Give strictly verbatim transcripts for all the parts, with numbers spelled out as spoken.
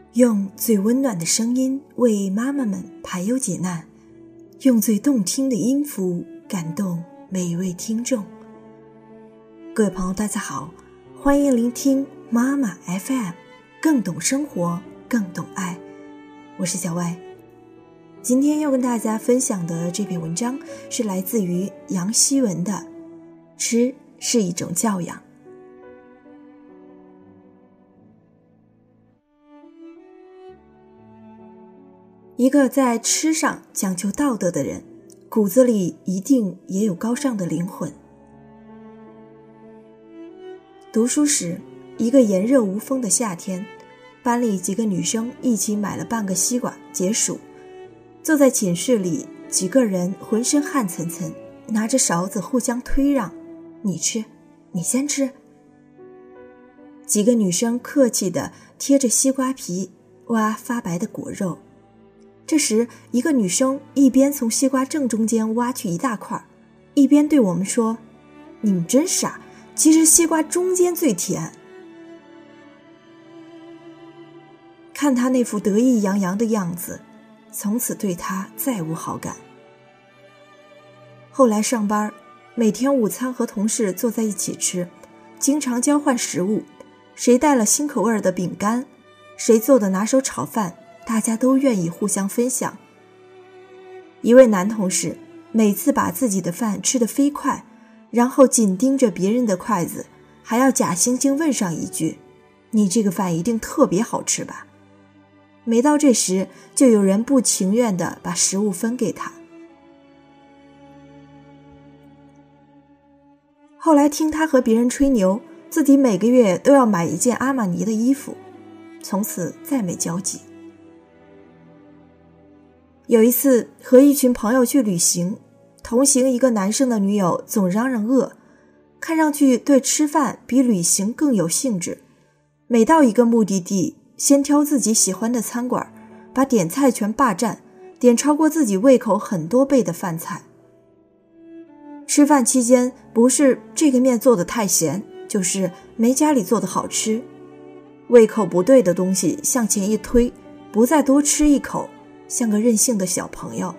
用最温暖的声音为妈妈们排忧解难，用最动听的音符感动每一位听众。各位朋友大家好，欢迎聆听妈妈 F M， 更懂生活，更懂爱。我是小歪。今天要跟大家分享的这篇文章是来自于杨希文的吃是一种教养。一个在吃上讲究道德的人，骨子里一定也有高尚的灵魂。读书时，一个炎热无风的夏天，班里几个女生一起买了半个西瓜解暑。坐在寝室里，几个人浑身汗涔涔，拿着勺子互相推让，你吃，你先吃。几个女生客气地贴着西瓜皮挖发白的果肉。这时，一个女生一边从西瓜正中间挖去一大块，一边对我们说：“你们真傻，其实西瓜中间最甜。”看她那副得意洋洋的样子，从此对她再无好感。后来上班，每天午餐和同事坐在一起吃，经常交换食物，谁带了新口味的饼干，谁做的拿手炒饭，大家都愿意互相分享。一位男同事每次把自己的饭吃得飞快，然后紧盯着别人的筷子，还要假惺惺问上一句：“你这个饭一定特别好吃吧？”每到这时，就有人不情愿地把食物分给他。后来听他和别人吹牛，自己每个月都要买一件阿玛尼的衣服，从此再没交集。有一次和一群朋友去旅行，同行一个男生的女友总嚷嚷饿，看上去对吃饭比旅行更有兴致。每到一个目的地，先挑自己喜欢的餐馆，把点菜权霸占，点超过自己胃口很多倍的饭菜。吃饭期间，不是这个面做得太咸，就是没家里做的好吃。胃口不对的东西向前一推，不再多吃一口，像个任性的小朋友。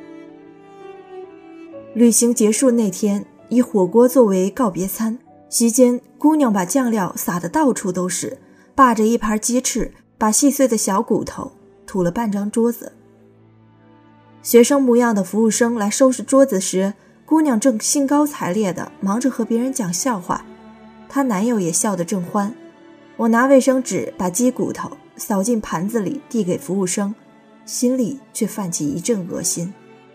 旅行结束那天，以火锅作为告别餐，席间姑娘把酱料撒得到处都是，霸着一盘鸡翅，把细碎的小骨头吐了半张桌子。学生模样的服务生来收拾桌子时，姑娘正兴高采烈地忙着和别人讲笑话，她男友也笑得正欢。我拿卫生纸把鸡骨头扫进盘子里递给服务生，心里却泛起一阵恶心。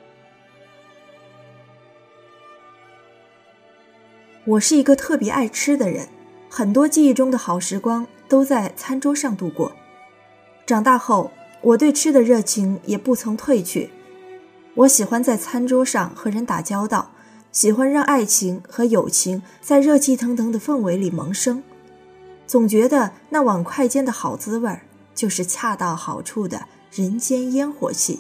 我是一个特别爱吃的人，很多记忆中的好时光都在餐桌上度过。长大后，我对吃的热情也不曾褪去。我喜欢在餐桌上和人打交道，喜欢让爱情和友情在热气腾腾的氛围里萌生。总觉得那碗筷间的好滋味就是恰到好处的人间烟火气。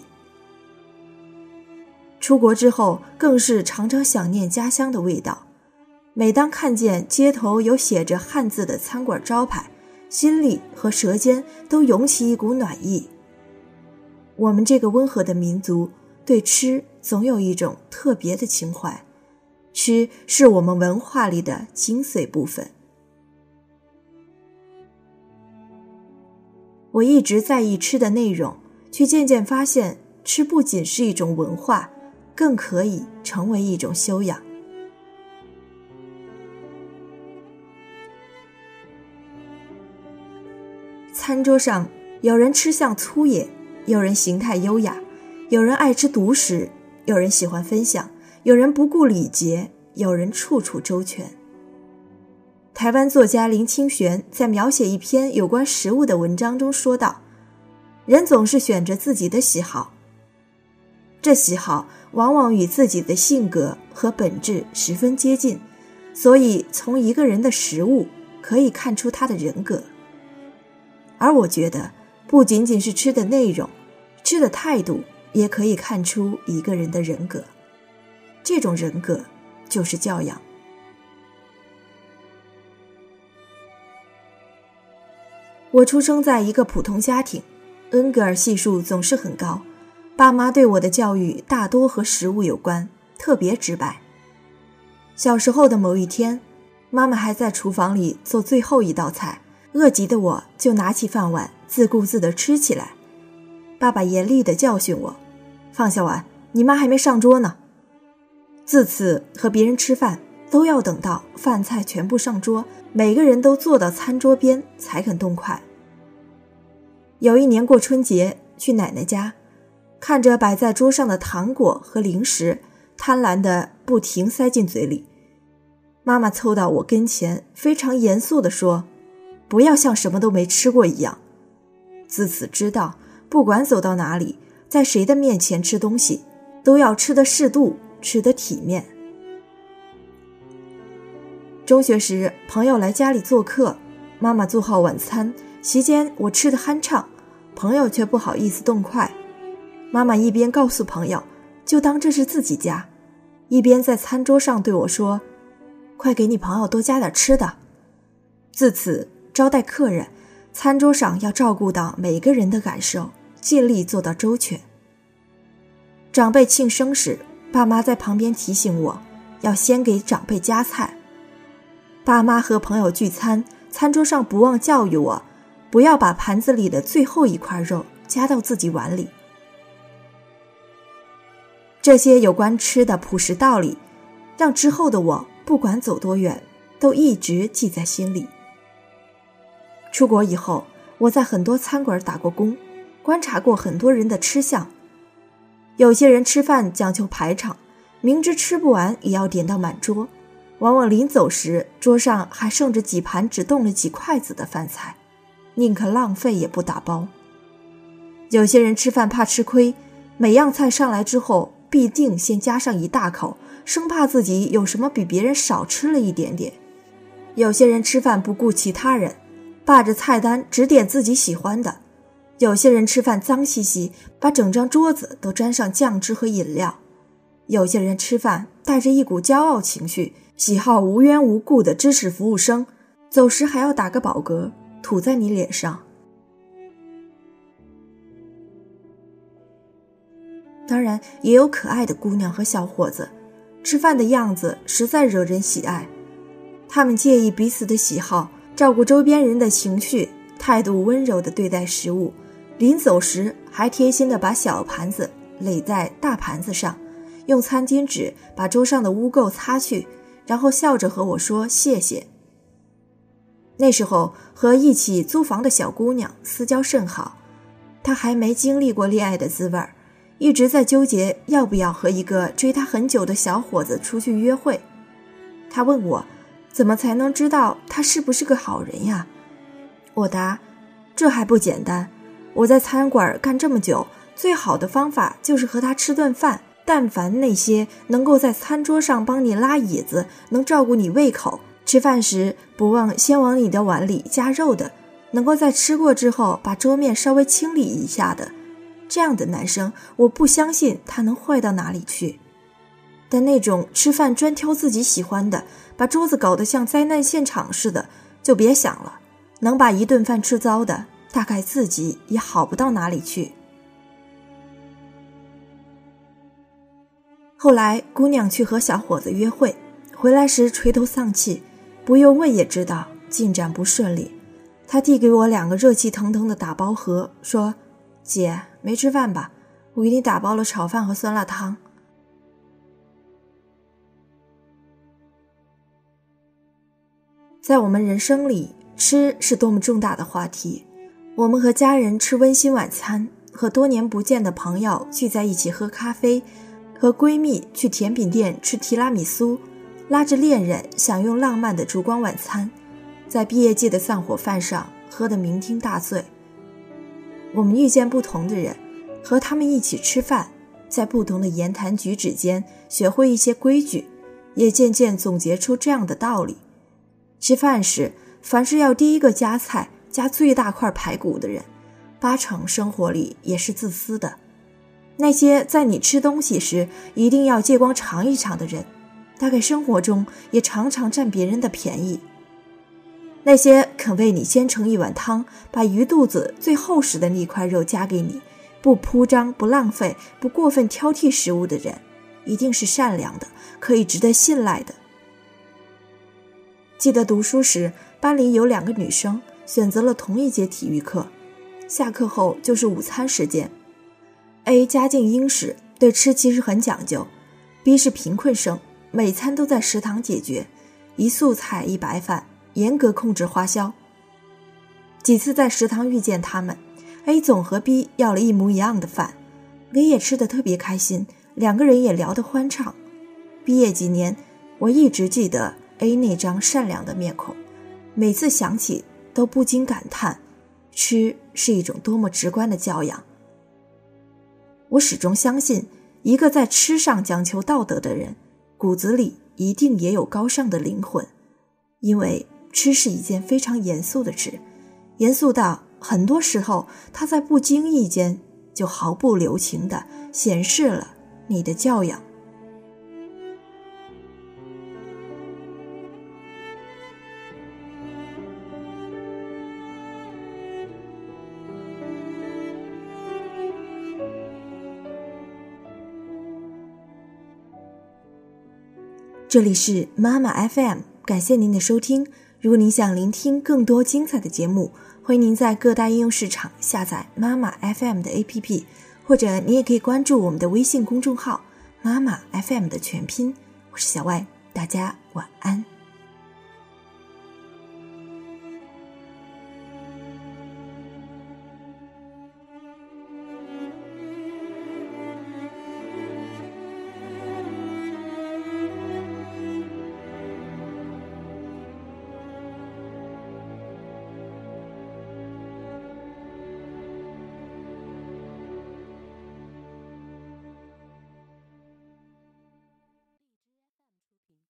出国之后，更是常常想念家乡的味道。每当看见街头有写着汉字的餐馆招牌，心里和舌尖都涌起一股暖意。我们这个温和的民族，对吃总有一种特别的情怀，吃是我们文化里的精髓部分。我一直在意吃的内容，却渐渐发现，吃不仅是一种文化，更可以成为一种修养。餐桌上，有人吃相粗野，有人形态优雅，有人爱吃独食，有人喜欢分享，有人不顾礼节，有人处处周全。台湾作家林清玄在描写一篇有关食物的文章中说道，人总是选着自己的喜好，这喜好往往与自己的性格和本质十分接近，所以从一个人的食物可以看出他的人格。而我觉得，不仅仅是吃的内容，吃的态度也可以看出一个人的人格。这种人格就是教养。 我出生在一个普通家庭，恩格尔系数总是很高，爸妈对我的教育大多和食物有关，特别直白。小时候的某一天，妈妈还在厨房里做最后一道菜，饿极的我就拿起饭碗自顾自地吃起来。爸爸严厉地教训我，放下碗，你妈还没上桌呢。自此和别人吃饭都要等到饭菜全部上桌，每个人都坐到餐桌边才肯动筷。有一年过春节去奶奶家，看着摆在桌上的糖果和零食，贪婪地不停塞进嘴里。妈妈凑到我跟前，非常严肃地说，不要像什么都没吃过一样。自此知道，不管走到哪里，在谁的面前吃东西，都要吃得适度，吃得体面。中学时，朋友来家里做客，妈妈做好晚餐，席间我吃得酣畅，朋友却不好意思动筷。妈妈一边告诉朋友，就当这是自己家，一边在餐桌上对我说，快给你朋友多加点吃的。自此，招待客人，餐桌上要照顾到每个人的感受，尽力做到周全。长辈庆生时，爸妈在旁边提醒我，要先给长辈夹菜。爸妈和朋友聚餐，餐桌上不忘教育我，不要把盘子里的最后一块肉夹到自己碗里。这些有关吃的朴实道理，让之后的我不管走多远，都一直记在心里。出国以后，我在很多餐馆打过工，观察过很多人的吃相。有些人吃饭讲究排场，明知吃不完也要点到满桌，往往临走时桌上还剩着几盘只动了几筷子的饭菜，宁可浪费也不打包。有些人吃饭怕吃亏，每样菜上来之后必定先夹上一大口，生怕自己有什么比别人少吃了一点点。有些人吃饭不顾其他人，霸着菜单只点自己喜欢的。有些人吃饭脏兮兮，把整张桌子都沾上酱汁和饮料。有些人吃饭带着一股骄傲情绪，喜好无缘无故地支持服务生，走时还要打个饱嗝，吐在你脸上。当然也有可爱的姑娘和小伙子，吃饭的样子实在惹人喜爱。他们介意彼此的喜好，照顾周边人的情绪，态度温柔地对待食物，临走时还贴心地把小盘子垒在大盘子上，用餐巾纸把桌上的污垢擦去，然后笑着和我说谢谢。那时候和一起租房的小姑娘私交甚好，她还没经历过恋爱的滋味，一直在纠结要不要和一个追她很久的小伙子出去约会。她问我，怎么才能知道他是不是个好人呀？我答，这还不简单，我在餐馆干这么久，最好的方法就是和他吃顿饭，但凡那些能够在餐桌上帮你拉椅子，能照顾你胃口，吃饭时不忘先往你的碗里加肉的，能够在吃过之后把桌面稍微清理一下的，这样的男生我不相信他能坏到哪里去。但那种吃饭专挑自己喜欢的，把桌子搞得像灾难现场似的，就别想了，能把一顿饭吃糟的，大概自己也好不到哪里去。后来姑娘去和小伙子约会，回来时垂头丧气，不用问也知道进展不顺利。她递给我两个热气腾腾的打包盒，说，姐，没吃饭吧？我给你打包了炒饭和酸辣汤。在我们人生里，吃是多么重大的话题。我们和家人吃温馨晚餐，和多年不见的朋友聚在一起喝咖啡，和闺蜜去甜品店吃提拉米苏，拉着恋人享用浪漫的烛光晚餐，在毕业季的散伙饭上喝得酩酊大醉。我们遇见不同的人，和他们一起吃饭，在不同的言谈举止间学会一些规矩，也渐渐总结出这样的道理。吃饭时，凡是要第一个夹菜夹最大块排骨的人，八成生活里也是自私的。那些在你吃东西时一定要借光尝一尝的人，大概生活中也常常占别人的便宜。 那些肯为你先盛一碗汤，把鱼肚子最厚实的那块肉夹给你，不铺张，不浪费，不过分挑剔食物的人，一定是善良的，可以值得信赖的。记得读书时，班里有两个女生选择了同一节体育课，下课后就是午餐时间。A 家境殷实，对吃其实很讲究， B 是贫困生，每餐都在食堂解决，一素菜一白饭，严格控制花销。几次在食堂遇见他们， A 总和 B 要了一模一样的饭， B 也吃得特别开心，两个人也聊得欢畅。毕业几年，我一直记得 A 那张善良的面孔，每次想起都不禁感叹，吃是一种多么直观的教养。我始终相信，一个在吃上讲求道德的人，骨子里一定也有高尚的灵魂。因为吃是一件非常严肃的事，严肃到很多时候他在不经意间就毫不留情地显示了你的教养。这里是妈妈 F M， 感谢您的收听。如果您想聆听更多精彩的节目，欢迎您在各大应用市场下载妈妈 F M 的 A P P， 或者你也可以关注我们的微信公众号妈妈 F M 的全拼。我是小外，大家晚安。